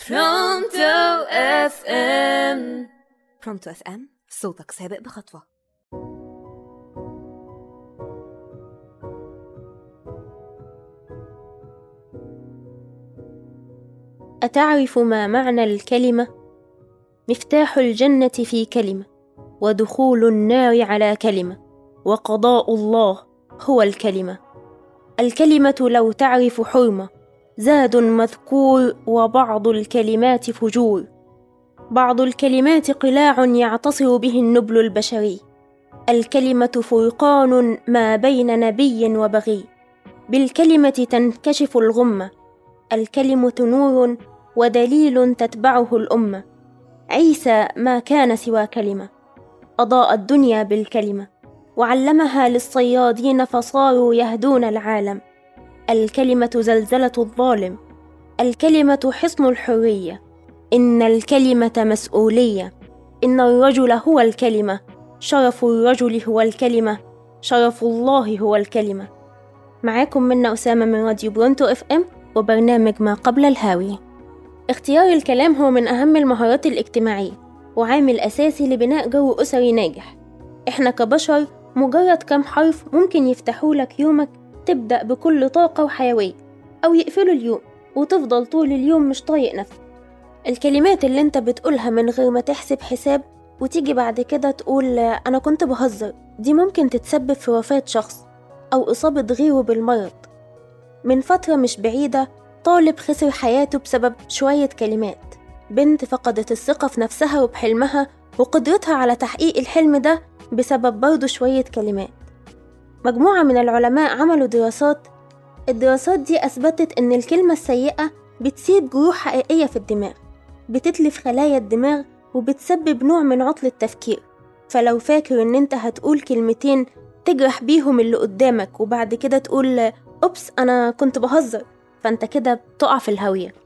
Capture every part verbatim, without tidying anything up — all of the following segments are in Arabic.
برونتو اف ام. برونتو اف ام، صوتك سابق بخطوة. أتعرف ما معنى الكلمة؟ مفتاح الجنة في كلمة، ودخول النار على كلمة، وقضاء الله هو الكلمة. الكلمة لو تعرف حرمة، زاد مذكور، وبعض الكلمات فجور. بعض الكلمات قلاع يعتصر به النبل البشري. الكلمة فرقان ما بين نبي وبغي، بالكلمة تنكشف الغمة. الكلمة نور ودليل تتبعه الأمة. عيسى ما كان سوى كلمة، أضاء الدنيا بالكلمة، وعلمها للصيادين فصاروا يهدون العالم. الكلمة زلزلة الظالم، الكلمة حصن الحرية. إن الكلمة مسؤولية، إن الرجل هو الكلمة، شرف الرجل هو الكلمة، شرف الله هو الكلمة. معاكم منا أسامة من راديو برونتو اف ام وبرنامج ما قبل الهاوية. اختيار الكلام هو من أهم المهارات الاجتماعية، وعامل أساسي لبناء جو أسري ناجح. إحنا كبشر مجرد كم حرف ممكن يفتحوا لك يومك، تبدأ بكل طاقة وحيوية، أو يقفلوا اليوم وتفضل طول اليوم مش طايق نفسك. الكلمات اللي انت بتقولها من غير ما تحسب حساب وتيجي بعد كده تقول أنا كنت بهزر، دي ممكن تتسبب في وفاة شخص أو إصابة غيره بالمرض. من فترة مش بعيدة طالب خسر حياته بسبب شوية كلمات. بنت فقدت الثقة في نفسها وبحلمها وقدرتها على تحقيق الحلم ده بسبب برضو شوية كلمات. مجموعة من العلماء عملوا دراسات. الدراسات دي أثبتت إن الكلمة السيئة بتسيب جروح حقيقية في الدماغ، بتتلف خلايا الدماغ وبتسبب نوع من عطل التفكير. فلو فاكر إن أنت هتقول كلمتين تجرح بيهم اللي قدامك وبعد كده تقول أوبس أنا كنت بهزر، فأنت كده بتقع في الهاوية.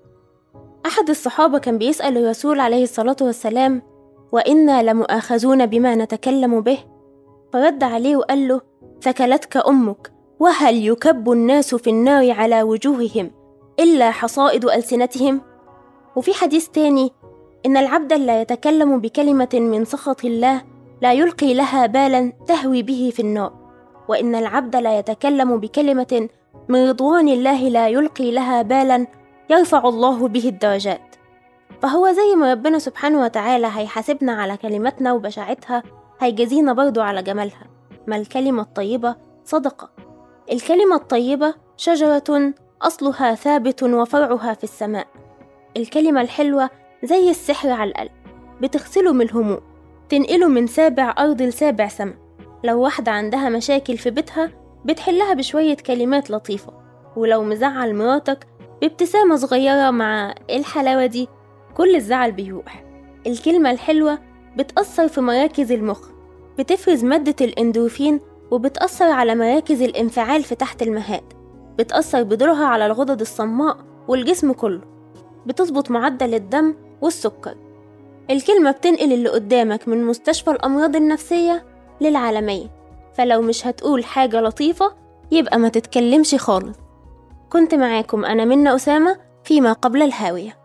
أحد الصحابة كان بيسأل الرسول عليه الصلاة والسلام: وإنا لمؤاخذون بما نتكلم به؟ فرد عليه وقال له: ثكلتك أمك، وهل يكب الناس في النار على وجوههم إلا حصائد ألسنتهم؟ وفي حديث تاني: إن العبد لا يتكلم بكلمة من سخط الله لا يلقي لها بالا تهوي به في النار، وإن العبد لا يتكلم بكلمة من رضوان الله لا يلقي لها بالا يرفع الله به الدرجات. فهو زي ما ربنا سبحانه وتعالى هيحاسبنا على كلماتنا وبشاعتها، هيجزينا برضو على جمالها. ما الكلمة الطيبة صدقة. الكلمة الطيبة شجرة أصلها ثابت وفرعها في السماء. الكلمة الحلوة زي السحر على القلب، بتغسله من الهموم، تنقله من سابع أرض لسابع سما. لو واحدة عندها مشاكل في بيتها بتحلها بشوية كلمات لطيفة، ولو مزعل مراتك بابتسامة صغيرة مع الحلاوة دي كل الزعل بيروح. الكلمة الحلوة بتأثر في مراكز المخ، بتفرز مادة الإندورفين وبتأثر على مراكز الانفعال في تحت المهاد، بتأثر بدورها على الغدد الصماء والجسم كله، بتظبط معدل الدم والسكر. الكلمة بتنقل اللي قدامك من مستشفى الأمراض النفسية للعالمية. فلو مش هتقول حاجة لطيفة يبقى ما تتكلمش خالص. كنت معاكم أنا منا أسامة فيما قبل الهاوية.